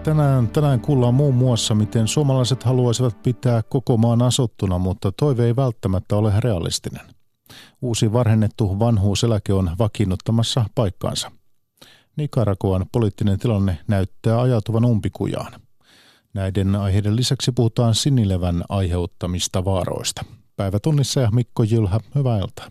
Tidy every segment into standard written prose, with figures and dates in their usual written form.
Tänään kuullaan muun muassa, miten suomalaiset haluaisivat pitää koko maan asuttuna, mutta toive ei välttämättä ole realistinen. Uusi varhennettu vanhuuseläke on vakiinnuttamassa paikkaansa. Nicaraguan poliittinen tilanne näyttää ajautuvan umpikujaan. Näiden aiheiden lisäksi puhutaan sinilevän aiheuttamista vaaroista. Päivätunnissa ja Mikko Jylhä, hyvää iltaa.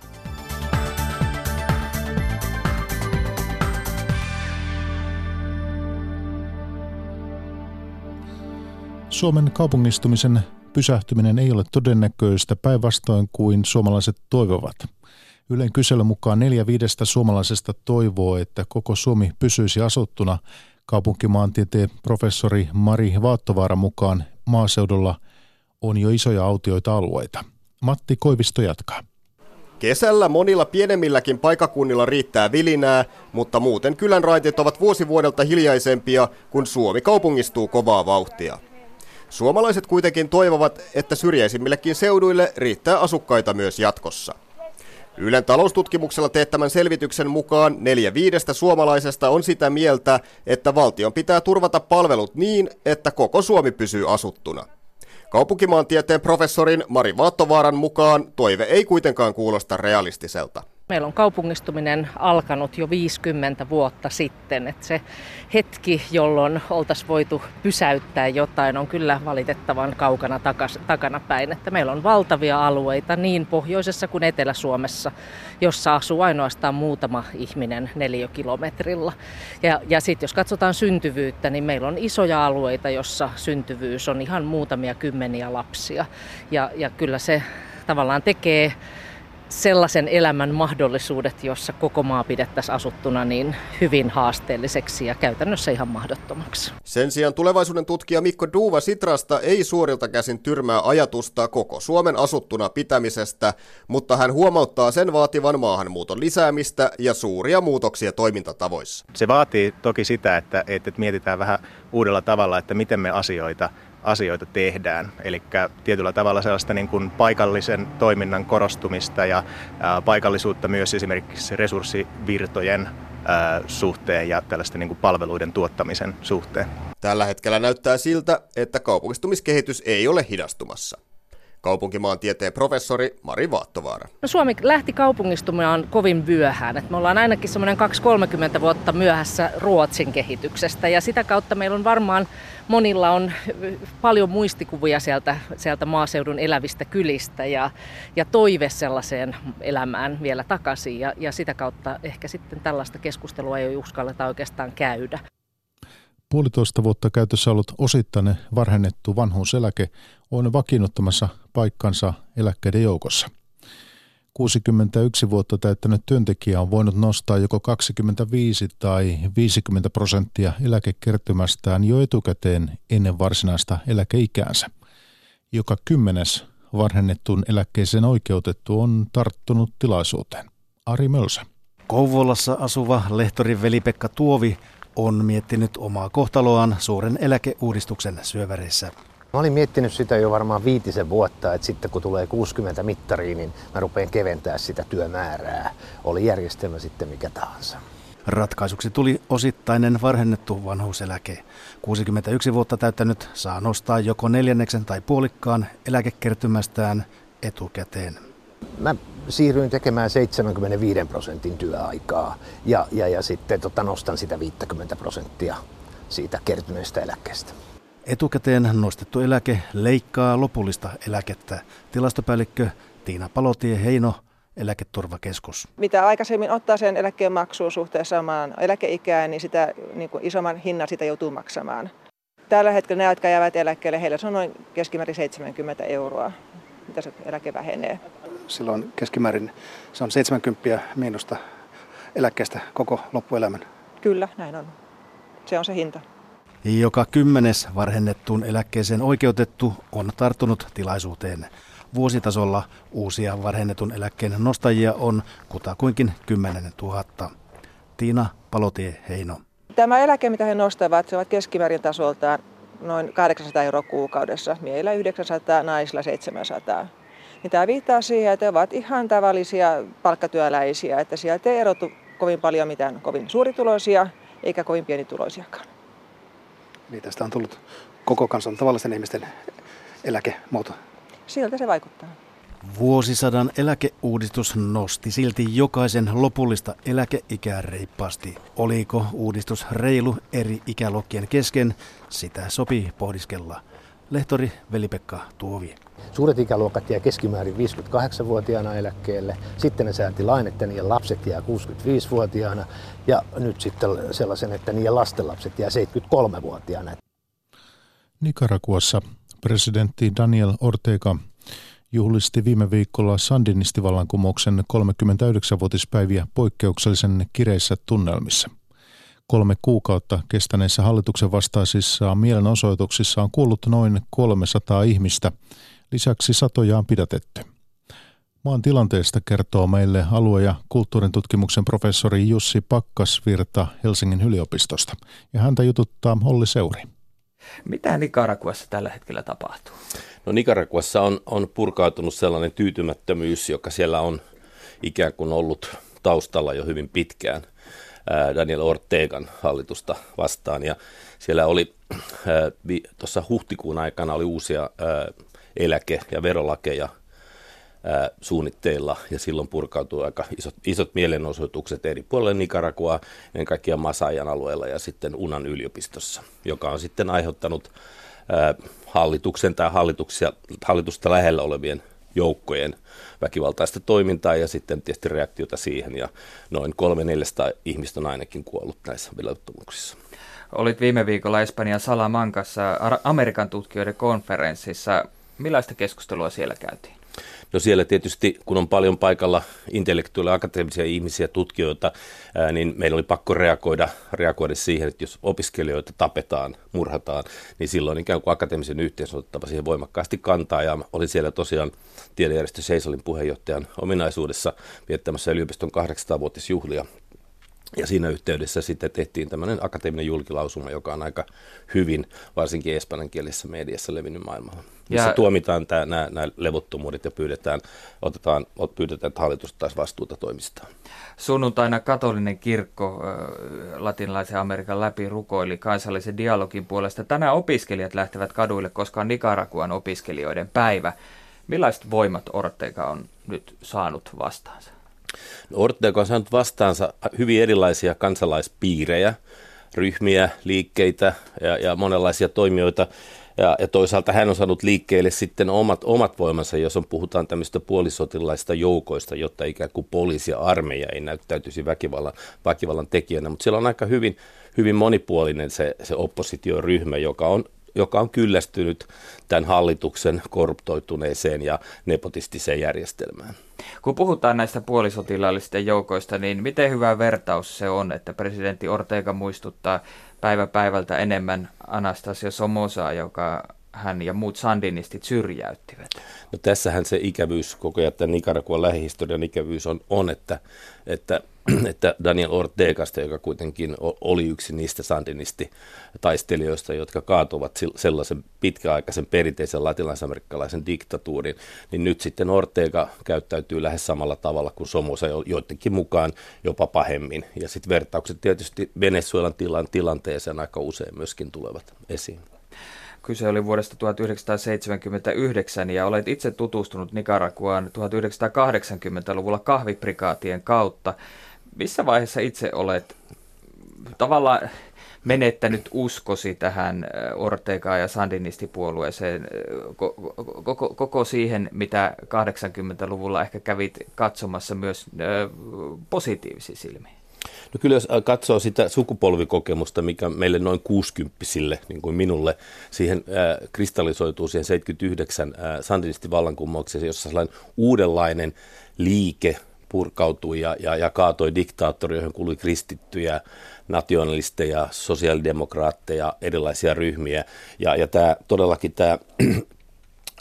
Suomen kaupungistumisen pysähtyminen ei ole todennäköistä päinvastoin kuin suomalaiset toivovat. Ylen kyselyn mukaan 4/5 suomalaisesta toivoo, että koko Suomi pysyisi asuttuna. Kaupunkimaantieteen professori Mari Vaattovaaran mukaan maaseudulla on jo isoja autioita alueita. Matti Koivisto jatkaa. Kesällä monilla pienemmilläkin paikakunnilla riittää vilinää, mutta muuten kylän raitit ovat vuosi vuodelta hiljaisempia, kun Suomi kaupungistuu kovaa vauhtia. Suomalaiset kuitenkin toivovat, että syrjäisimmillekin seuduille riittää asukkaita myös jatkossa. Ylen taloustutkimuksella teettämän selvityksen mukaan 4/5 suomalaisesta on sitä mieltä, että valtion pitää turvata palvelut niin, että koko Suomi pysyy asuttuna. Kaupunkimaantieteen professorin Mari Vaattovaaran mukaan toive ei kuitenkaan kuulosta realistiselta. Meillä on kaupungistuminen alkanut jo 50 vuotta sitten. Että se hetki, jolloin oltaisiin voitu pysäyttää jotain, on kyllä valitettavan kaukana takanapäin. Että meillä on valtavia alueita niin pohjoisessa kuin Etelä-Suomessa, jossa asuu ainoastaan muutama ihminen neliökilometrillä. Ja sitten jos katsotaan syntyvyyttä, niin meillä on isoja alueita, jossa syntyvyys on ihan muutamia kymmeniä lapsia. Ja kyllä se tavallaan tekee sellaisen elämän mahdollisuudet, jossa koko maa pidettäisiin asuttuna, niin hyvin haasteelliseksi ja käytännössä ihan mahdottomaksi. Sen sijaan tulevaisuuden tutkija Mikko Duuva Sitrasta ei suorilta käsin tyrmää ajatusta koko Suomen asuttuna pitämisestä, mutta hän huomauttaa sen vaativan maahanmuuton lisäämistä ja suuria muutoksia toimintatavoissa. Se vaatii toki sitä, että mietitään vähän uudella tavalla, että miten me asioita tehdään. Eli tietyllä tavalla sellaista niin kuin paikallisen toiminnan korostumista ja paikallisuutta myös esimerkiksi resurssivirtojen suhteen ja tällaisten niin kuin palveluiden tuottamisen suhteen. Tällä hetkellä näyttää siltä, että kaupungistumiskehitys ei ole hidastumassa. Kaupunkimaantieteen professori Mari Vaattovaara. Suomi lähti kaupungistumaan kovin myöhään. Et me ollaan ainakin semmoinen 20-30 vuotta myöhässä Ruotsin kehityksestä. Ja sitä kautta meillä on varmaan monilla on paljon muistikuvia sieltä maaseudun elävistä kylistä ja toive sellaiseen elämään vielä takaisin. Ja sitä kautta ehkä sitten tällaista keskustelua ei uskalleta oikeastaan käydä. 1,5 vuotta käytössä ollut osittainen varhennettu vanhuuseläke on vakiinnuttamassa paikkansa eläkkeiden joukossa. 61 vuotta täyttänyt työntekijä on voinut nostaa joko 25 tai 50% eläkekertymästään jo etukäteen ennen varsinaista eläkeikäänsä. Joka 10. varhennettuun eläkkeeseen oikeutettu on tarttunut tilaisuuteen. Ari Mölsä. Kouvolassa asuva lehtori Veli-Pekka Tuovi on miettinyt omaa kohtaloaan suuren eläkeuudistuksen syöväreissä. Mä olin miettinyt sitä jo varmaan 5 vuotta, että sitten kun tulee 60 mittariin, niin mä rupean keventää sitä työmäärää. Oli järjestelmä sitten mikä tahansa. Ratkaisuksi tuli osittainen varhennettu vanhuuseläke. 61 vuotta täyttänyt saa nostaa joko 1/4 tai puolikkaan eläkekertymästään etukäteen. Mä siirryin tekemään 75% työaikaa ja sitten nostan sitä 50% siitä kertyneestä eläkkeestä. Etukäteen nostettu eläke leikkaa lopullista eläkettä. Tilastopäällikkö Tiina Palotie-Heino, Eläketurvakeskus. Mitä aikaisemmin ottaa sen eläkkeen maksuun suhteessa omaan eläkeikään, niin sitä niin kuin isomman hinnan sitä joutuu maksamaan. Tällä hetkellä ne, jotka jäävät eläkkeelle, heillä se on noin keskimäärin 70 €, mitä se eläke vähenee. Silloin keskimäärin se on 70 miinusta eläkkeestä koko loppuelämän. Kyllä, näin on. Se on se hinta. Joka 10. varhennettuun eläkkeeseen oikeutettu on tarttunut tilaisuuteen. Vuositasolla uusia varhennetun eläkkeen nostajia on kutakuinkin 10 000. Tiina Palotie-Heino. Tämä eläke, mitä he nostavat, se ovat keskimäärin tasoltaan noin 800 € kuukaudessa. Miehillä 900, naisilla 700. Niin tämä viittaa siihen, että he ovat ihan tavallisia palkkatyöläisiä, että sieltä ei erotu kovin paljon mitään kovin suurituloisia eikä kovin pienituloisiakaan. Niin tästä on tullut koko kansan tavallisten ihmisten eläkemuoto. Siltä se vaikuttaa. Vuosisadan eläkeuudistus nosti silti jokaisen lopullista eläkeikää reippaasti. Oliko uudistus reilu eri ikäluokkien kesken? Sitä sopii pohdiskella. Lehtori Veli-Pekka Tuovi. Suuret ikäluokat jää keskimäärin 58-vuotiaana eläkkeelle. Sitten ne sääti lain, että niiden lapset jää 65-vuotiaana. Ja nyt sitten sellaisen, että niiden lastenlapset jää 73-vuotiaana. Nicaraguassa presidentti Daniel Ortega juhlisti viime viikolla sandinistivallankumouksen 39-vuotispäiviä poikkeuksellisen kireissä tunnelmissa. 3 kuukautta kestäneissä hallituksen vastaisissa mielenosoituksissa on kuollut noin 300 ihmistä. Lisäksi satoja on pidätetty. Maan tilanteesta kertoo meille alue- ja kulttuurin tutkimuksen professori Jussi Pakkasvirta Helsingin yliopistosta. Ja häntä jututtaa Olli Seuri. Mitä Nicaraguassa tällä hetkellä tapahtuu? No Nicaraguassa on purkautunut sellainen tyytymättömyys, joka siellä on ikään kuin ollut taustalla jo hyvin pitkään Daniel Ortegan hallitusta vastaan. Ja siellä oli tuossa huhtikuun aikana oli uusia eläke- ja verolakeja suunnitteilla, ja silloin purkautui aika isot mielenosoitukset eri puolilla Nicaraguaa, ennen kaikkea Masajan alueella ja sitten Unan yliopistossa, joka on sitten aiheuttanut hallituksen tai hallitusta lähellä olevien joukkojen väkivaltaista toimintaa ja sitten tietysti reaktiota siihen, ja noin 300-400 ihmistä on ainakin kuollut näissä velottomuuksissa. Olit viime viikolla Espanjan Salamancassa Amerikan tutkijoiden konferenssissa. Millaista keskustelua siellä käytiin? No siellä tietysti, kun on paljon paikalla intellektuaaleja, akateemisia ihmisiä, tutkijoita, niin meillä oli pakko reagoida siihen, että jos opiskelijoita tapetaan, murhataan, niin silloin ikään kuin akateemisen yhteisön ottava siihen voimakkaasti kantaa. Ja olin siellä tosiaan tiedejärjestö Seisalin puheenjohtajan ominaisuudessa viettämässä yliopiston 800-vuotisjuhlia. Ja siinä yhteydessä sitten tehtiin tämmöinen akateeminen julkilausuma, joka on aika hyvin, varsinkin espanjankielisessä mediassa levinnyt maailmalla. Missä tuomitaan nämä levottomuudet ja pyydetään, että hallitus taisi vastuuta toimistaan. Sunnuntaina katolinen kirkko latinalaisen Amerikan läpi rukoili kansallisen dialogin puolesta. Tänään opiskelijat lähtevät kaduille, koska on Nicaraguan opiskelijoiden päivä. Millaiset voimat Ortega on nyt saanut vastaansa? Ortega on saanut vastaansa hyvin erilaisia kansalaispiirejä, ryhmiä, liikkeitä ja monenlaisia toimijoita. Ja toisaalta hän on saanut liikkeelle sitten omat voimansa, jos puhutaan tämmöistä puolisotilaista joukoista, jotta ikään kuin poliisi ja armeija ei näyttäytyisi väkivallan tekijänä. Mutta siellä on aika hyvin monipuolinen se oppositioryhmä, joka on kyllästynyt tämän hallituksen korruptoituneeseen ja nepotistiseen järjestelmään. Kun puhutaan näistä puolisotilaallisista joukoista, niin miten hyvä vertaus se on, että presidentti Ortega muistuttaa päivä päivältä enemmän Anastasio Somosaa, joka hän ja muut sandinistit syrjäyttivät? No tässähän se ikävyys, koko ajan tämän Nicaraguan lähihistorian ikävyys on että Daniel Ortegasta, joka kuitenkin oli yksi niistä sandinistitaistelijoista, jotka kaatuvat sellaisen pitkäaikaisen perinteisen latinalaisamerikkalaisen diktatuurin, niin nyt sitten Ortega käyttäytyy lähes samalla tavalla kuin Somoza, joidenkin mukaan jopa pahemmin. Ja sitten vertaukset tietysti Venezuelan tilanteeseen aika usein myöskin tulevat esiin. Kyse oli vuodesta 1979 ja olet itse tutustunut Nicaraguaan 1980-luvulla kahviprikaatien kautta. Missä vaiheessa itse olet tavallaan menettänyt uskosi tähän Ortegaan ja sandinistipuolueeseen, koko siihen, mitä 80-luvulla ehkä kävit katsomassa myös positiivisiin silmiin? No kyllä jos katsoo sitä sukupolvikokemusta, mikä meille noin 60-sille, niin kuin minulle, siihen kristallisoituu siihen 79 sandinistivallankumoukseen, jossa sellainen uudenlainen liike purkautui ja kaatoi diktaattori, johon kuului kristittyjä, nationalisteja, sosiaalidemokraatteja, erilaisia ryhmiä. Ja todellakin tämä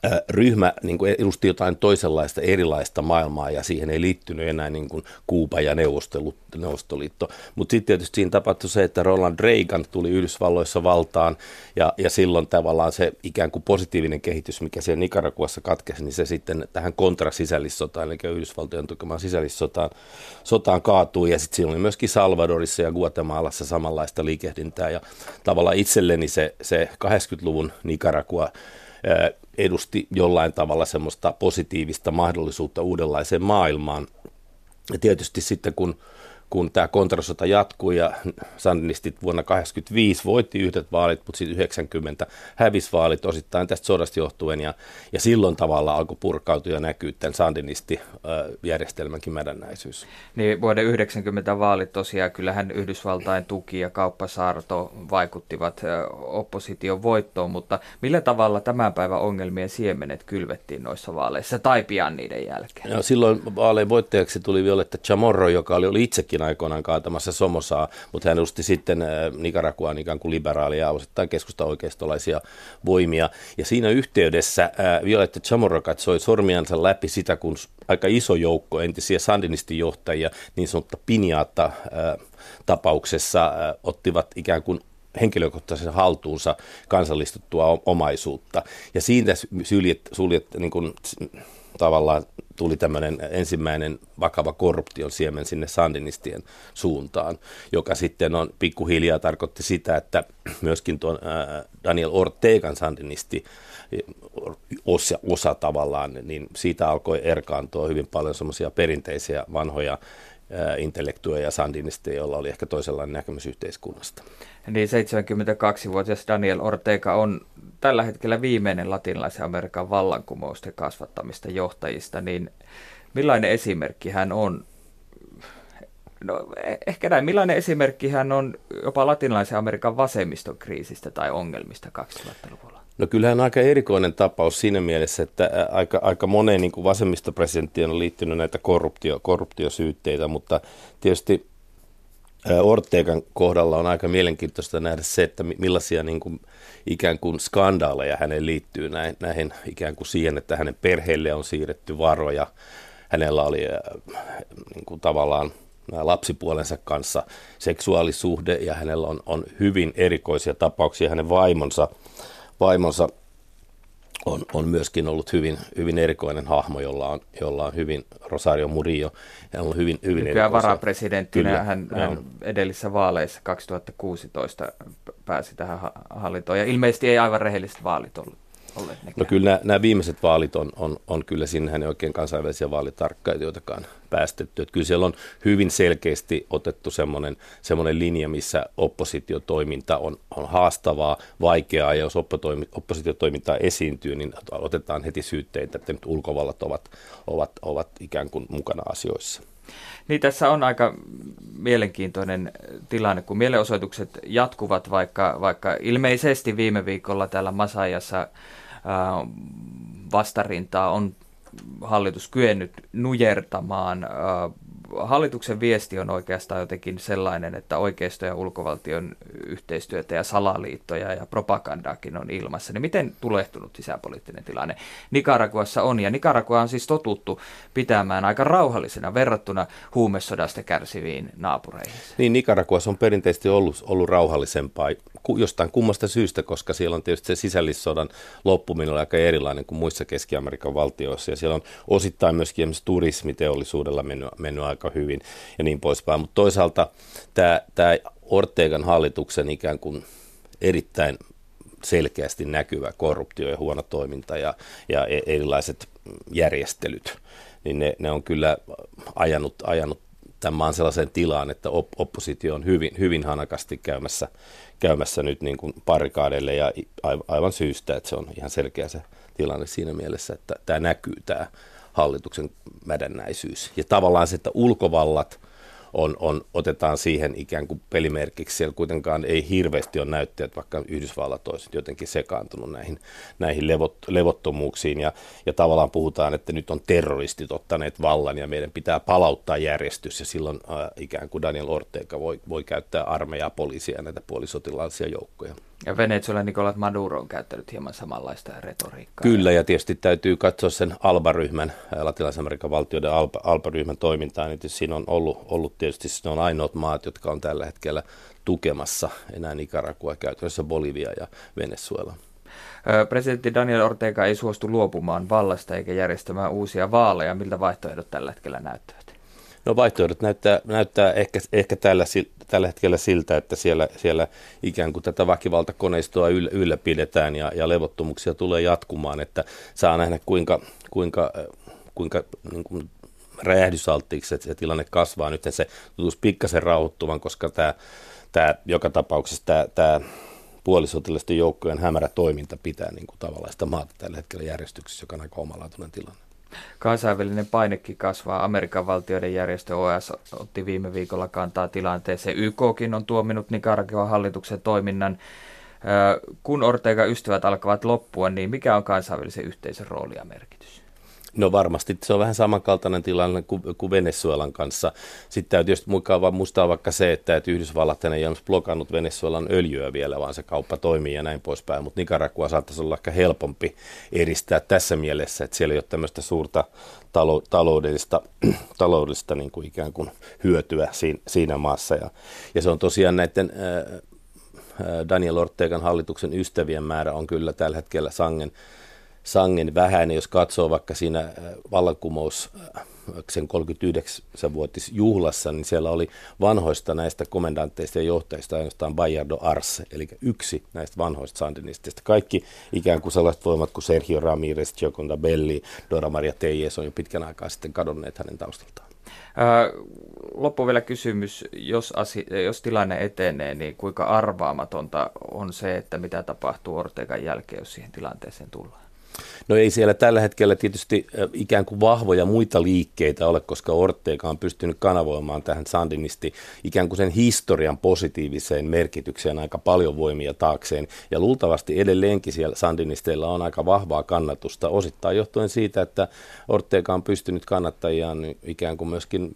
ryhmä niin kuin edusti jotain toisenlaista, erilaista maailmaa, ja siihen ei liittynyt enää niin kuin Kuuba ja Neuvostoliitto. Mutta sitten tietysti siinä tapahtui se, että Ronald Reagan tuli Yhdysvalloissa valtaan, ja silloin tavallaan se ikään kuin positiivinen kehitys, mikä siellä Nicaraguassa katkesi, niin se sitten tähän kontrasisällissotaan, eli Yhdysvaltojen tukemaan sisällissotaan kaatui, ja sitten siinä oli myöskin Salvadorissa ja Guatemalassa samanlaista liikehdintää, ja tavallaan itselleni se 80-luvun Nicaragua edusti jollain tavalla semmoista positiivista mahdollisuutta uudenlaiseen maailmaan. Ja tietysti sitten kun tämä kontrasota jatkui ja sandinistit vuonna 1985 voitti yhdet vaalit, mutta sitten 90 hävisi vaalit osittain tästä sodasta johtuen, ja silloin tavallaan alkoi purkautua ja näkyä tämän sandinistijärjestelmänkin mädännäisyys. Niin vuoden 90 vaalit tosiaan, kyllähän Yhdysvaltain tuki ja kauppasaarto vaikuttivat opposition voittoon, mutta millä tavalla tämän päivän ongelmien siemenet kylvettiin noissa vaaleissa tai pian niiden jälkeen? No, silloin vaaleen voittajaksi tuli Violeta Chamorro, joka oli itsekin aikoinaan kaatamassa Somosaa, mutta hän edusti sitten Nicaraguaan ikään kuin liberaalia ja osittain keskusta-oikeistolaisia voimia. Ja siinä yhteydessä Violeta Chamorro katsoi sormiansa läpi sitä, kun aika iso joukko entisiä sandinistijohtajia niin sanottu Piñata-tapauksessa ottivat ikään kuin henkilökohtaisen haltuunsa kansallistettua omaisuutta. Ja siitä niin kuin tavallaan tuli tämmöinen ensimmäinen vakava korruption siemen sinne sandinistien suuntaan, joka sitten on pikkuhiljaa tarkoitti sitä, että myöskin tuon Daniel Ortegan sandinisti osa tavallaan, niin siitä alkoi erkaantua hyvin paljon semmoisia perinteisiä vanhoja intellektuja ja sandinisteja, joilla oli ehkä toisenlainen näkemys yhteiskunnasta. Niin 72-vuotias Daniel Ortega on tällä hetkellä viimeinen latinalaisen Amerikan vallankumousten kasvattamista johtajista, niin millainen esimerkki hän on? No, ehkä näin. Millainen esimerkki hän on jopa latinalaisen Amerikan vasemmiston kriisistä tai ongelmista 2000-luvulla? No kyllähän on aika erikoinen tapaus siinä mielessä, että aika moneen niin kuin vasemmistopresidenttiin on liittynyt näitä korruptiosyytteitä, mutta tietysti Ortegan kohdalla on aika mielenkiintoista nähdä se, että millaisia niin kuin, ikään kuin skandaaleja hänen liittyy näihin ikään kuin siihen, että hänen perheelle on siirretty varoja. Hänellä oli niin kuin tavallaan lapsipuolensa kanssa seksuaalisuhde ja hänellä on hyvin erikoisia tapauksia. Hänen vaimonsa on myöskin ollut hyvin erikoinen hahmo, jolla on hyvin Rosario Murillo. Hän on hyvin erikoisia. Varapresidenttinä hän edellisissä vaaleissa 2016 pääsi tähän hallintoon ja ilmeisesti ei aivan rehelliset vaalit olleet. No kyllä nämä viimeiset vaalit on kyllä sinnehän ei oikein kansainvälisiä vaalitarkkailijoitakaan päästetty. Että kyllä siellä on hyvin selkeästi otettu semmoinen linja, missä oppositiotoiminta on haastavaa, vaikeaa, ja jos oppositiotoimintaa esiintyy, niin otetaan heti syytteitä, että nyt ulkovallat ovat ikään kuin mukana asioissa. Niin tässä on aika mielenkiintoinen tilanne, kun mielenosoitukset jatkuvat, vaikka ilmeisesti viime viikolla täällä Masayassa vastarintaa on hallitus kyennyt nujertamaan. Hallituksen viesti on oikeastaan jotenkin sellainen, että oikeisto ja ulkovaltion yhteistyötä ja salaliittoja ja propagandaakin on ilmassa. Niin miten tulehtunut sisäpoliittinen tilanne Nicaraguassa on? Ja Nicaragua on siis totuttu pitämään aika rauhallisena verrattuna huumesodasta kärsiviin naapureihin. Niin, Nicaraguassa on perinteisesti ollut rauhallisempaa jostain kummasta syystä, koska siellä on tietysti se sisällissodan loppuminen aika erilainen kuin muissa Keski-Amerikan valtioissa. Ja siellä on osittain myöskin turismiteollisuudella mennyt aika hyvin ja niin poispäin. Mutta toisaalta tämä Ortegan hallituksen ikään kuin erittäin selkeästi näkyvä korruptio ja huono toiminta ja erilaiset järjestelyt, niin ne on kyllä ajanut tämän maan sellaiseen tilaan, että oppositio on hyvin hanakasti käymässä nyt niin kuin barrikadeille ja aivan syystä, että se on ihan selkeä se tilanne siinä mielessä, että tämä näkyy tämä hallituksen mädännäisyys. Ja tavallaan se, että ulkovallat otetaan siihen ikään kuin pelimerkiksi. Siellä kuitenkaan ei hirveästi ole näyttöjä, että vaikka Yhdysvallat olisi jotenkin sekaantunut näihin levottomuuksiin ja tavallaan puhutaan, että nyt on terroristit ottaneet vallan ja meidän pitää palauttaa järjestys ja silloin ikään kuin Daniel Ortega voi käyttää armeijaa, poliisia ja näitä puolisotilaallisia joukkoja. Ja Venezuelan Nicolás Maduro on käyttänyt hieman samanlaista retoriikkaa. Kyllä, ja tietysti täytyy katsoa sen ALBA-ryhmän, Latinalais-Amerikan valtioiden ALBA-ryhmän toimintaa. Niin siinä on ollut tietysti ne on ainoat maat, jotka on tällä hetkellä tukemassa enää Nicaragua, käytännössä Bolivia ja Venezuela. Presidentti Daniel Ortega ei suostu luopumaan vallasta eikä järjestämään uusia vaaleja. Miltä vaihtoehdot tällä hetkellä näyttävät? No vaihtoehdot näyttää ehkä tällä hetkellä siltä, että siellä ikään kuin tätä väkivaltakoneistoa ylläpidetään ja levottomuuksia tulee jatkumaan, että saa nähdä kuinka niin kuin räjähdysalttiiksi se tilanne kasvaa. Nyt se tuntuisi pikkasen rauhoittuvan, koska tämä joka tapauksessa tämä puolisotilaisten joukkojen hämärä toiminta pitää niin kuin tavallaan sitä maata tällä hetkellä järjestyksessä, joka on aika omalaatuinen tilanne. Kansainvälinen painekin kasvaa. Amerikan valtioiden järjestö OAS otti viime viikolla kantaa tilanteeseen. YKkin on tuominut Nicaraguan hallituksen toiminnan. Kun Ortega-ystävät alkavat loppua, niin mikä on kansainvälisen yhteisön rooli ja merkitys? No varmasti se on vähän samankaltainen tilanne kuin Venezuelan kanssa. Sitten täytyy tietysti muistaa vaikka se, että Yhdysvallat ei ole blokannut Venezuelan öljyä vielä, vaan se kauppa toimii ja näin poispäin. Mutta Nicaragua saattaisi olla ehkä helpompi edistää tässä mielessä, että siellä ei ole tämmöistä suurta taloudellista niin kuin ikään kuin hyötyä siinä maassa. Ja se on tosiaan näiden Daniel Ortegan hallituksen ystävien määrä on kyllä tällä hetkellä sangen vähäinen, jos katsoo vaikka siinä vallankumous sen 39-vuotisjuhlassa, niin siellä oli vanhoista näistä komendantteista ja johtajista ainoastaan Bayardo Arce, eli yksi näistä vanhoista sandinisteista. Kaikki ikään kuin sellaiset voimat kuin Sergio Ramirez, Gioconda Belli, Dora Maria Tellez on jo pitkän aikaa sitten kadonneet hänen taustaltaan. Loppu vielä kysymys, jos tilanne etenee, niin kuinka arvaamatonta on se, että mitä tapahtuu Ortegan jälkeen, jos siihen tilanteeseen tullaan? No ei siellä tällä hetkellä tietysti ikään kuin vahvoja muita liikkeitä ole, koska Ortega on pystynyt kanavoimaan tähän sandinisti ikään kuin sen historian positiiviseen merkitykseen aika paljon voimia taakseen. Ja luultavasti edelleenkin siellä sandinisteilla on aika vahvaa kannatusta, osittain johtuen siitä, että Ortega on pystynyt kannattajiaan ikään kuin myöskin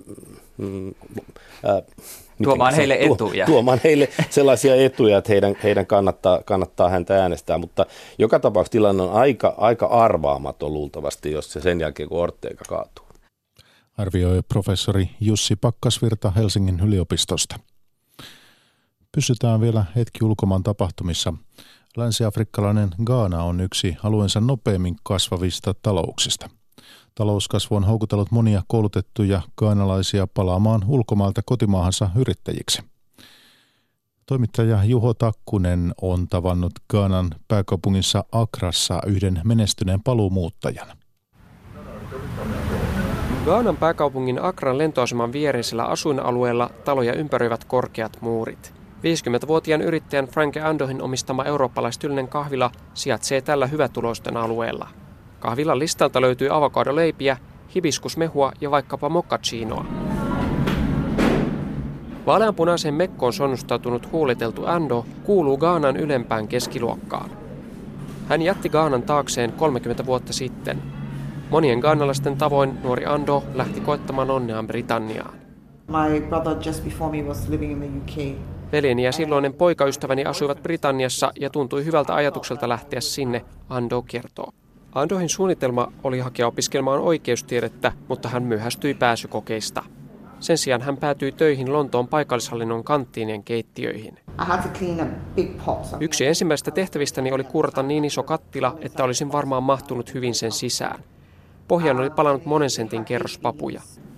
tuomaan heille etuja. Tuomaan heille sellaisia etuja, että heidän kannattaa häntä äänestää, mutta joka tapauksessa tilanne on aika arvaamaton luultavasti, jos se sen jälkeen kun Ortega kaatuu. Arvioi professori Jussi Pakkasvirta Helsingin yliopistosta. Pysytään vielä hetki ulkomaan tapahtumissa. Länsi-afrikkalainen Ghana on yksi alueensa nopeimmin kasvavista talouksista. Talouskasvu on houkutellut monia koulutettuja ghanalaisia palaamaan ulkomailta kotimaahansa yrittäjiksi. Toimittaja Juho Takkunen on tavannut Ghanan pääkaupungissa Accrassa yhden menestyneen paluumuuttajan. Ghanan pääkaupungin Accran lentoaseman viereisellä asuinalueella taloja ympäröivät korkeat muurit. 50-vuotiaan yrittäjän Frank Andohin omistama eurooppalaistyylinen kahvila sijaitsee tällä hyvätuloisten alueella. Kahvilan listalta löytyy avokadoleipiä, hibiskusmehua ja vaikkapa moccacinoa. Vaaleanpunaiseen mekkoon sonnustautunut huoliteltu Ando kuuluu Ghanan ylempään keskiluokkaan. Hän jätti Ghanan taakseen 30 vuotta sitten. Monien ghanalaisten tavoin nuori Ando lähti koettamaan onneaan Britanniaan. My brother just before me was living in the UK. Veljeni ja silloinen poikaystäväni asuivat Britanniassa ja tuntui hyvältä ajatukselta lähteä sinne, Ando kertoo. Andohin suunnitelma oli hakea opiskelemaan oikeustiedettä, mutta hän myöhästyi pääsykokeista. Sen sijaan hän päätyi töihin Lontoon paikallishallinnon kanttiinien keittiöihin. Yksi ensimmäistä tehtävistäni oli kuurata niin iso kattila, että olisin varmaan mahtunut hyvin sen sisään. Pohjaan oli palannut monen sentin kerros papuja.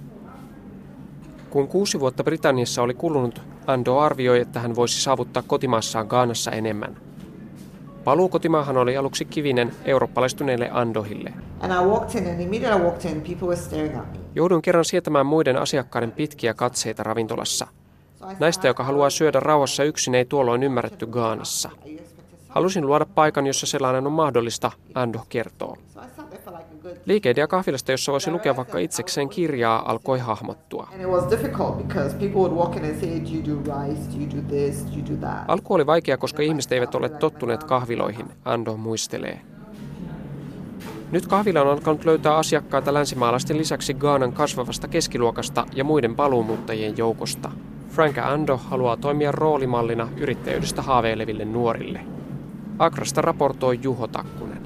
Kun 6 vuotta Britanniassa oli kulunut, Ando arvioi, että hän voisi saavuttaa kotimaassaan Ghanassa enemmän. Paluu kotimaahan oli aluksi kivinen eurooppalaistuneelle Andohille. Jouduin kerran sietämään muiden asiakkaiden pitkiä katseita ravintolassa. Naista, joka haluaa syödä rauhassa yksin, ei tuolloin ymmärretty Ghanassa. Halusin luoda paikan, jossa sellainen on mahdollista, Ando kertoo. Liikeidea kahvilasta, jossa voisi lukea vaikka itsekseen kirjaa, alkoi hahmottua. Alku oli vaikea, koska ihmiset eivät ole tottuneet kahviloihin, Ando muistelee. Nyt kahvila on alkanut löytää asiakkaita länsimaalaisten lisäksi Ghanan kasvavasta keskiluokasta ja muiden paluumuuttajien joukosta. Frank Ando haluaa toimia roolimallina yrittäjyydestä haaveileville nuorille. Accrasta raportoi Juho Takkunen.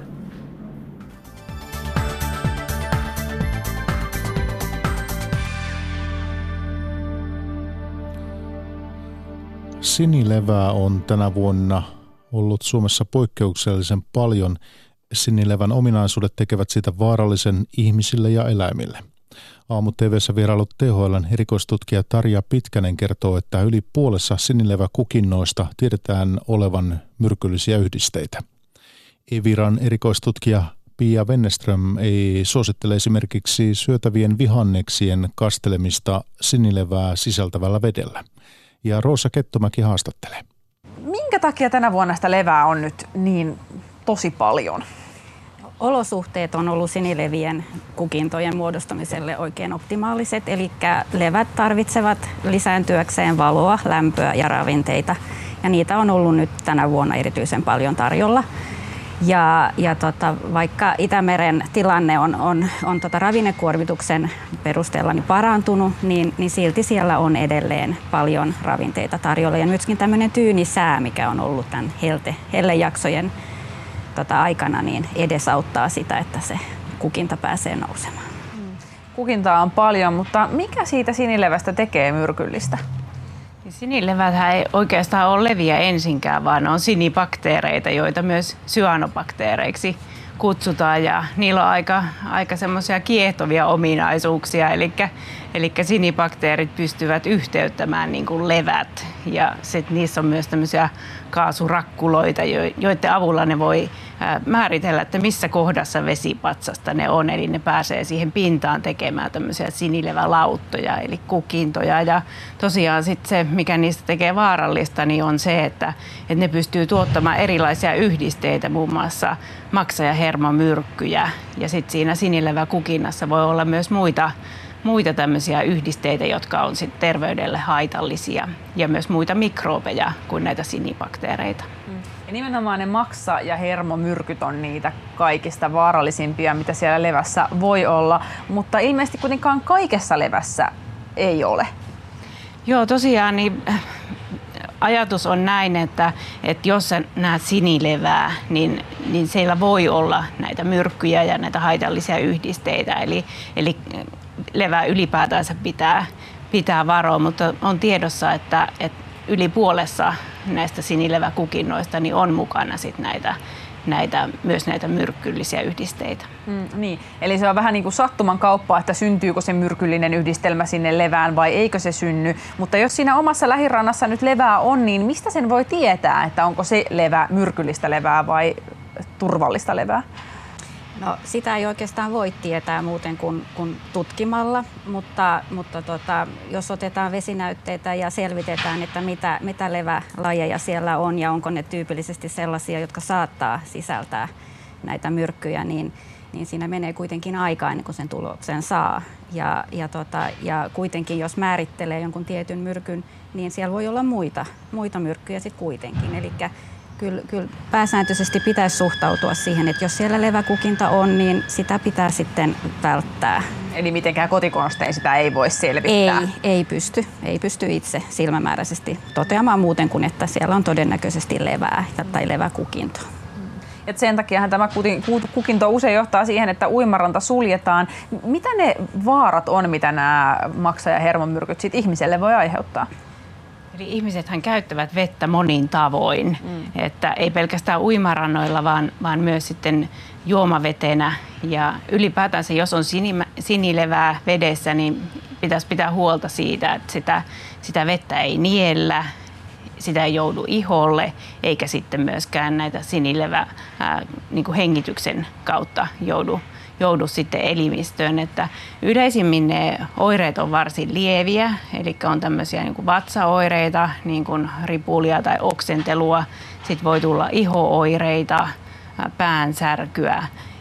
Sinilevää on tänä vuonna ollut Suomessa poikkeuksellisen paljon. Sinilevän ominaisuudet tekevät siitä vaarallisen ihmisille ja eläimille. Aamu-TV:ssä vierailut THL:n erikoistutkija Tarja Pitkänen kertoo, että yli puolessa sinileväkukinnoista tiedetään olevan myrkyllisiä yhdisteitä. Eviran erikoistutkija Pia Wennerström ei suosittele esimerkiksi syötävien vihanneksien kastelemista sinilevää sisältävällä vedellä. Ja Roosa Kettomäki haastattelee. Minkä takia tänä vuonna sitä levää on nyt niin tosi paljon? Olosuhteet on ollut sinilevien kukintojen muodostamiselle oikein optimaaliset, eli levät tarvitsevat lisääntyäkseen valoa, lämpöä ja ravinteita, ja niitä on ollut nyt tänä vuonna erityisen paljon tarjolla. Vaikka Itämeren tilanne on ravinnekuormituksen perusteella parantunut, niin silti siellä on edelleen paljon ravinteita tarjolla. Ja myöskin tämmöinen tyyni sää, mikä on ollut tämän hellejaksojen aikana, niin edesauttaa sitä, että se kukinta pääsee nousemaan. Kukintaa on paljon, mutta mikä siitä sinilevästä tekee myrkyllistä? Sinileväthän ei oikeastaan ole leviä ensinkään, vaan on sinibakteereita, joita myös syanobakteereiksi kutsutaan. Ja niillä on aika semmoisia kiehtovia ominaisuuksia, eli sinibakteerit pystyvät yhteyttämään niin kuin levät. Ja sitten niissä on myös tämmöisiä kaasurakkuloita, joiden avulla ne voi määritellä, että missä kohdassa vesipatsasta ne on. Eli ne pääsee siihen pintaan tekemään tämmöisiä sinilevälauttoja, eli kukintoja. Ja tosiaan sitten se, mikä niistä tekee vaarallista, niin on se, että ne pystyy tuottamaan erilaisia yhdisteitä, muun muassa maksa- ja hermomyrkkyjä. Ja sitten siinä sinileväkukinnassa voi olla myös muita tämmöisiä yhdisteitä, jotka on sit terveydelle haitallisia, ja myös muita mikrobeja kuin näitä sinibakteereita. Ja nimenomaan ne maksa- ja hermomyrkyt on niitä kaikista vaarallisimpia, mitä siellä levässä voi olla, mutta ilmeisesti kuitenkaan kaikessa levässä ei ole. Joo, tosiaan niin ajatus on näin, että jos sä näet sinilevää, niin siellä voi olla näitä myrkkyjä ja näitä haitallisia yhdisteitä, eli levää ylipäätänsä pitää varoa, mutta on tiedossa, että yli puolessa näistä sinileväkukinnoista niin on mukana sit myös näitä myrkyllisiä yhdisteitä. Niin. Eli se on vähän niin kuin sattuman kauppaa, että syntyykö se myrkyllinen yhdistelmä sinne levään vai eikö se synny. Mutta jos siinä omassa lähirannassa nyt levää on, niin mistä sen voi tietää, että onko se levä myrkyllistä levää vai turvallista levää? No, sitä ei oikeastaan voi tietää muuten kuin tutkimalla, mutta jos otetaan vesinäytteitä ja selvitetään, että mitä levälajeja siellä on ja onko ne tyypillisesti sellaisia, jotka saattaa sisältää näitä myrkkyjä, niin siinä menee kuitenkin aikaa ennen kuin sen tuloksen saa. Ja kuitenkin jos määrittelee jonkun tietyn myrkyn, niin siellä voi olla muita myrkkyjä sitten kuitenkin. Elikkä Kyllä pääsääntöisesti pitäisi suhtautua siihen, että jos siellä leväkukinta on, niin sitä pitää sitten välttää. Eli mitenkään kotikonstein sitä ei voi selvittää? Ei pysty itse silmämääräisesti toteamaan muuten kuin, että siellä on todennäköisesti levää tai leväkukinto. Et sen takiahan tämä kukinto usein johtaa siihen, että uimaranta suljetaan. Mitä ne vaarat on, mitä nämä maksa- ja hermomyrkyt sit ihmiselle voi aiheuttaa? Eli ihmisethän käyttävät vettä monin tavoin, että ei pelkästään uimarannoilla, vaan myös sitten juomavetenä. Ja ylipäätänsä, jos on sinilevää vedessä, niin pitäisi pitää huolta siitä, että sitä vettä ei niellä, sitä ei joudu iholle, eikä sitten myöskään näitä sinilevää niin kuin hengityksen kautta joudu sitten elimistöön. Että yleisimmin ne oireet on varsin lieviä, eli on tämmöisiä niin kuin vatsaoireita, niin kuin ripulia tai oksentelua. Sitten voi tulla iho-oireita, päänsärkyä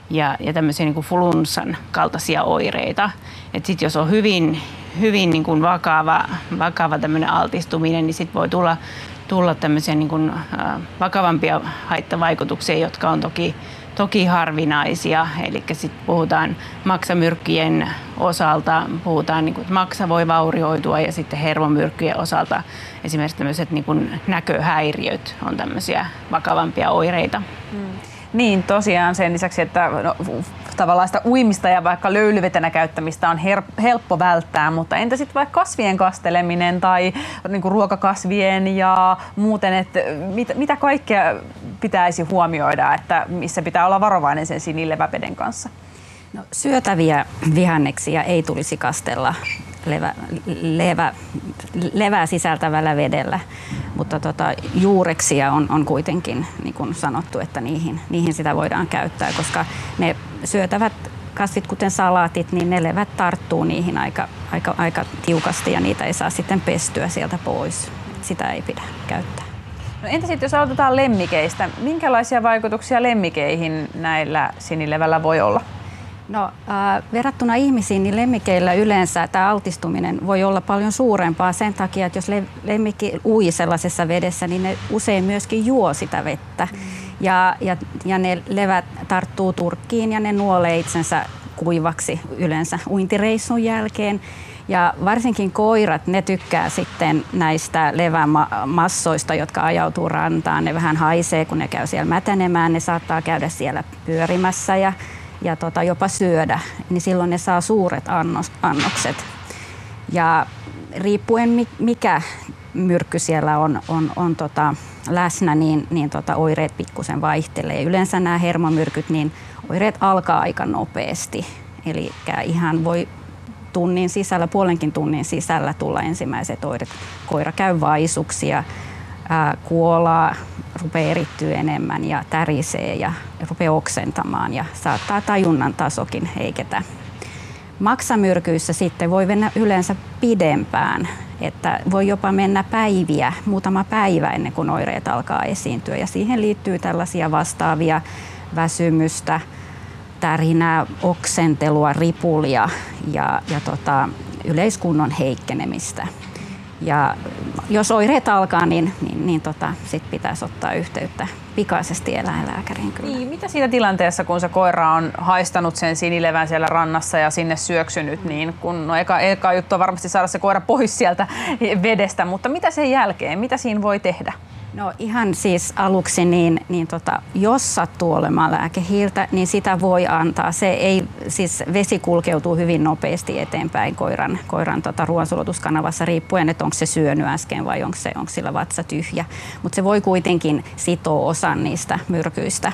ja tämmöisiä niin kuin flunssan kaltaisia oireita. Et sit jos on hyvin niin kuin vakava tämmöinen altistuminen, niin sit voi tulla tämmöisiä niin kuin vakavampia haittavaikutuksia, jotka on toki harvinaisia. Eli sitten puhutaan maksamyrkkyjen osalta, puhutaan, niin kuin, että maksa voi vaurioitua, ja sitten hermomyrkkyjen osalta esimerkiksi tämmöiset niin kuin näköhäiriöt on tämmöisiä vakavampia oireita. Niin, tosiaan sen lisäksi, että tavallaan sitä uimista ja vaikka löylyvetenä käyttämistä on helppo välttää, mutta entä sitten vaikka kasvien kasteleminen tai niin kuin ruokakasvien ja muuten, että mitä kaikkea pitäisi huomioida, että missä pitää olla varovainen sen sinileväveden kanssa? No, syötäviä vihanneksia ei tulisi kastella levää sisältävällä vedellä, mutta juureksia on kuitenkin niin kuin sanottu, että niihin sitä voidaan käyttää, koska ne syötävät kasvit, kuten salaatit, niin ne levät tarttuu niihin aika tiukasti ja niitä ei saa sitten pestyä sieltä pois. Sitä ei pidä käyttää. No entä sitten jos aloitetaan lemmikeistä, minkälaisia vaikutuksia lemmikeihin näillä sinilevällä voi olla? No, verrattuna ihmisiin, niin lemmikeillä yleensä tämä altistuminen voi olla paljon suurempaa sen takia, että jos lemmikki ui sellaisessa vedessä, niin ne usein myöskin juo sitä vettä. Ja ne levät tarttuu turkkiin ja ne nuolee itsensä kuivaksi yleensä uintireissun jälkeen. Ja varsinkin koirat, ne tykkää sitten näistä levämassoista, jotka ajautuu rantaan. Ne vähän haisee, kun ne käy siellä mätänemään. Ne saattaa käydä siellä pyörimässä ja jopa syödä, niin silloin ne saa suuret annokset. Ja riippuen mikä myrkky siellä on läsnä, niin oireet pikkusen vaihtelee. Yleensä nämä hermomyrkyt, niin oireet alkaa aika nopeasti. Eli ihan voi puolenkin tunnin sisällä tulla ensimmäiset oireet. Koira käy vaisuksia, kuolaa, rupeaa erittyä enemmän ja tärisee ja rupeaa oksentamaan ja saattaa tajunnan tasokin heiketä. Maksamyrkyissä sitten voi mennä yleensä pidempään, että voi jopa mennä muutama päivä ennen kuin oireet alkaa esiintyä ja siihen liittyy tällaisia vastaavia väsymystä, tärinää, oksentelua, ripulia ja yleiskunnon heikkenemistä. Ja jos oireet alkaa, niin sit pitäisi ottaa yhteyttä pikaisesti eläinlääkäriin. Kyllä. Niin, mitä siinä tilanteessa, kun se koira on haistanut sen sinilevän siellä rannassa ja sinne syöksynyt, niin eka juttu on varmasti saada se koira pois sieltä vedestä, mutta mitä sen jälkeen, mitä siinä voi tehdä? No ihan siis aluksi, jos sattuu olemaan lääkehiiltä, niin sitä voi antaa. Vesi kulkeutuu hyvin nopeasti eteenpäin koiran ruoansulatuskanavassa riippuen, että onko se syönyt äsken vai onko sillä vatsa tyhjä. Mutta se voi kuitenkin sitoa osan niistä myrkyistä,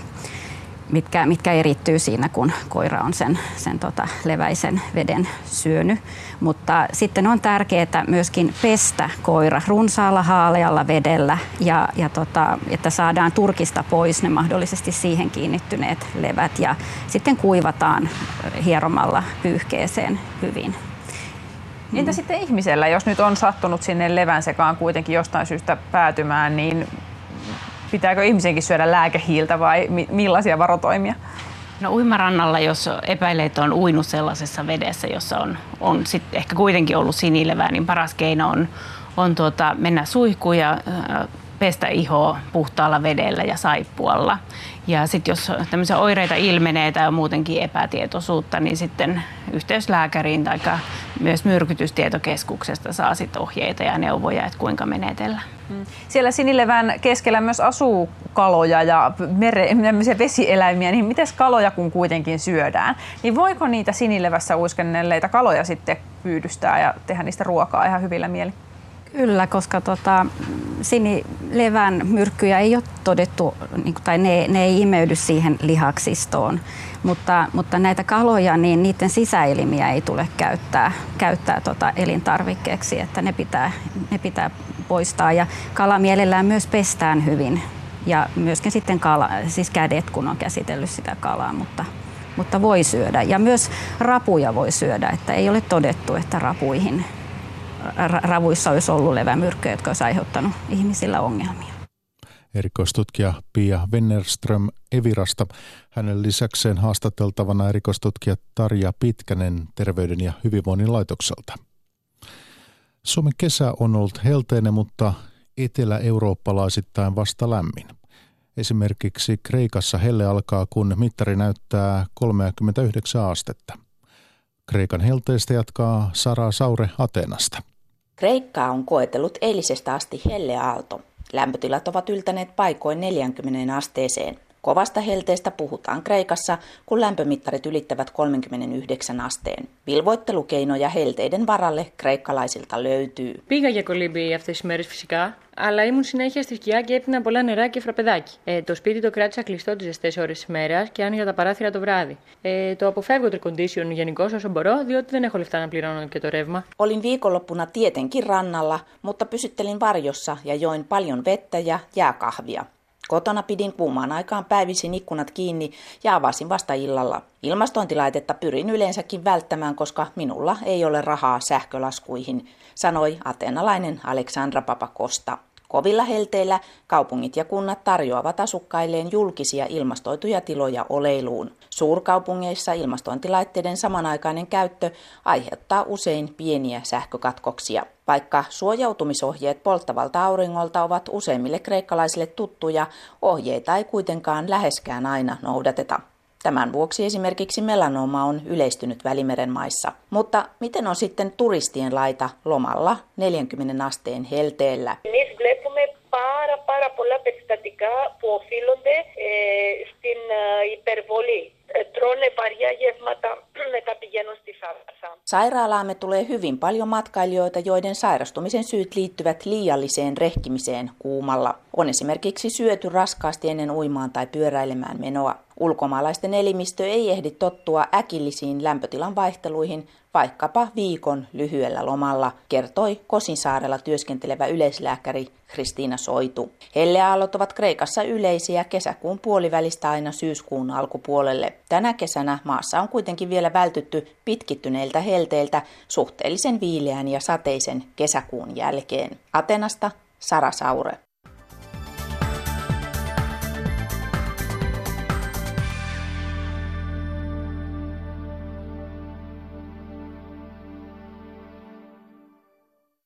mitkä erittyy siinä, kun koira on sen leväisen veden syönyt. Mutta sitten on tärkeää myöskin pestä koira runsaalla haalealla vedellä ja että saadaan turkista pois ne mahdollisesti siihen kiinnittyneet levät ja sitten kuivataan hieromalla pyyhkeeseen hyvin. Entä sitten ihmisellä, jos nyt on sattunut sinne levän sekaan kuitenkin jostain syystä päätymään, niin pitääkö ihmisenkin syödä lääkehiiltä vai millaisia varotoimia? No uimarannalla, jos epäilee, että on uinut sellaisessa vedessä, jossa on sit ehkä kuitenkin ollut sinilevää, niin paras keino on mennä suihkuun ja pestä ihoa puhtaalla vedellä ja saippualla. Ja sitten jos tämmöisiä oireita ilmenee tai on muutenkin epätietoisuutta, niin sitten yhteys lääkäriin tai myös myrkytystietokeskuksesta saa sitten ohjeita ja neuvoja, että kuinka menetellä. Siellä sinilevän keskellä myös asuu kaloja ja vesieläimiä, niin miten kaloja kun kuitenkin syödään? Niin voiko niitä sinilevässä uiskennelleita kaloja sitten pyydystää ja tehdä niistä ruokaa ihan hyvillä mielin? Kyllä, koska sinilevän myrkkyjä ei ole todettu, tai ne ei imeydy siihen lihaksistoon, mutta näitä kaloja, niin niiden sisäelimiä ei tule käyttää elintarvikkeeksi, että ne pitää poistaa. Ja kala mielellään myös pestään hyvin ja myöskin sitten siis kädet, kun on käsitellyt sitä kalaa, mutta voi syödä. Ja myös rapuja voi syödä, että ei ole todettu, että ravuissa olisi ollut levämyrkkyjä, jotka olisi aiheuttanut ihmisillä ongelmia. Erikoistutkija Pia Wennerström Evirasta. Hänen lisäkseen haastateltavana erikoistutkija Tarja Pitkänen Terveyden ja hyvinvoinnin laitokselta. Suomen kesä on ollut helteinen, mutta etelä-eurooppalaisittain vasta lämmin. Esimerkiksi Kreikassa helle alkaa, kun mittari näyttää 39 astetta. Kreikan helteistä jatkaa Sara Saure Ateenasta. Kreikkaa on koetellut eilisestä asti helleaalto. Lämpötilat ovat yltäneet paikoin 40 asteeseen. Kovasta helteestä puhutaan Kreikassa, kun lämpömittarit ylittävät 39 asteen. Vilvoittelukeinoja helteiden varalle kreikkalaisilta löytyy. Πήγα για κολύμπι αυτές τις μέρες φυσικά, αλλά ήμουν συνέχεια στη σκιά και έπινα πολλά νερά και φραπεδάκι. Το σπίτι το κράτησα κλειστό τις ζεστές ώρες της μέρας και άνοιγα τα παράθυρα το βράδυ. Το αποφεύγω το air condition γενικώς όσο μπορώ, διότι δεν έχω λεφτά να πληρώνω και το ρεύμα. Olin viikonloppuna tietenkin rannalla, mutta pysyttelin varjossa ja join paljon vettä ja jääkahvia. Kotona pidin kuumaan aikaan päivisin ikkunat kiinni ja avasin vasta illalla. Ilmastointilaitetta pyrin yleensäkin välttämään, koska minulla ei ole rahaa sähkölaskuihin, sanoi ateenalainen Aleksandra Papakosta. Kovilla helteillä kaupungit ja kunnat tarjoavat asukkailleen julkisia ilmastoituja tiloja oleiluun. Suurkaupungeissa ilmastointilaitteiden samanaikainen käyttö aiheuttaa usein pieniä sähkökatkoksia. Vaikka suojautumisohjeet polttavalta auringolta ovat useimmille kreikkalaisille tuttuja, ohjeita ei kuitenkaan läheskään aina noudateta. Tämän vuoksi esimerkiksi melanooma on yleistynyt Välimeren maissa. Mutta miten on sitten turistien laita lomalla 40 asteen helteellä? Πάρα πολλά περιστατικά που οφείλονται στην υπερβολή. Τρώνε βαριά γεύματα, μετά πηγαίνουν στη θάλασσα. Sairaalaamme tulee hyvin paljon matkailijoita, joiden sairastumisen syyt liittyvät liialliseen rehkimiseen kuumalla. On esimerkiksi syöty raskaasti ennen uimaan tai pyöräilemään menoa. Ulkomaalaisten elimistö ei ehdi tottua äkillisiin lämpötilan vaihteluihin vaikkapa viikon lyhyellä lomalla, kertoi Kosinsaarella työskentelevä yleislääkäri Kristiina Soitu. Helleaallot ovat Kreikassa yleisiä kesäkuun puolivälistä aina syyskuun alkupuolelle. Tänä kesänä maassa on kuitenkin vielä vältytty pitkittyneiltä helteiltä suhteellisen viileän ja sateisen kesäkuun jälkeen. Atenasta Sara Saure.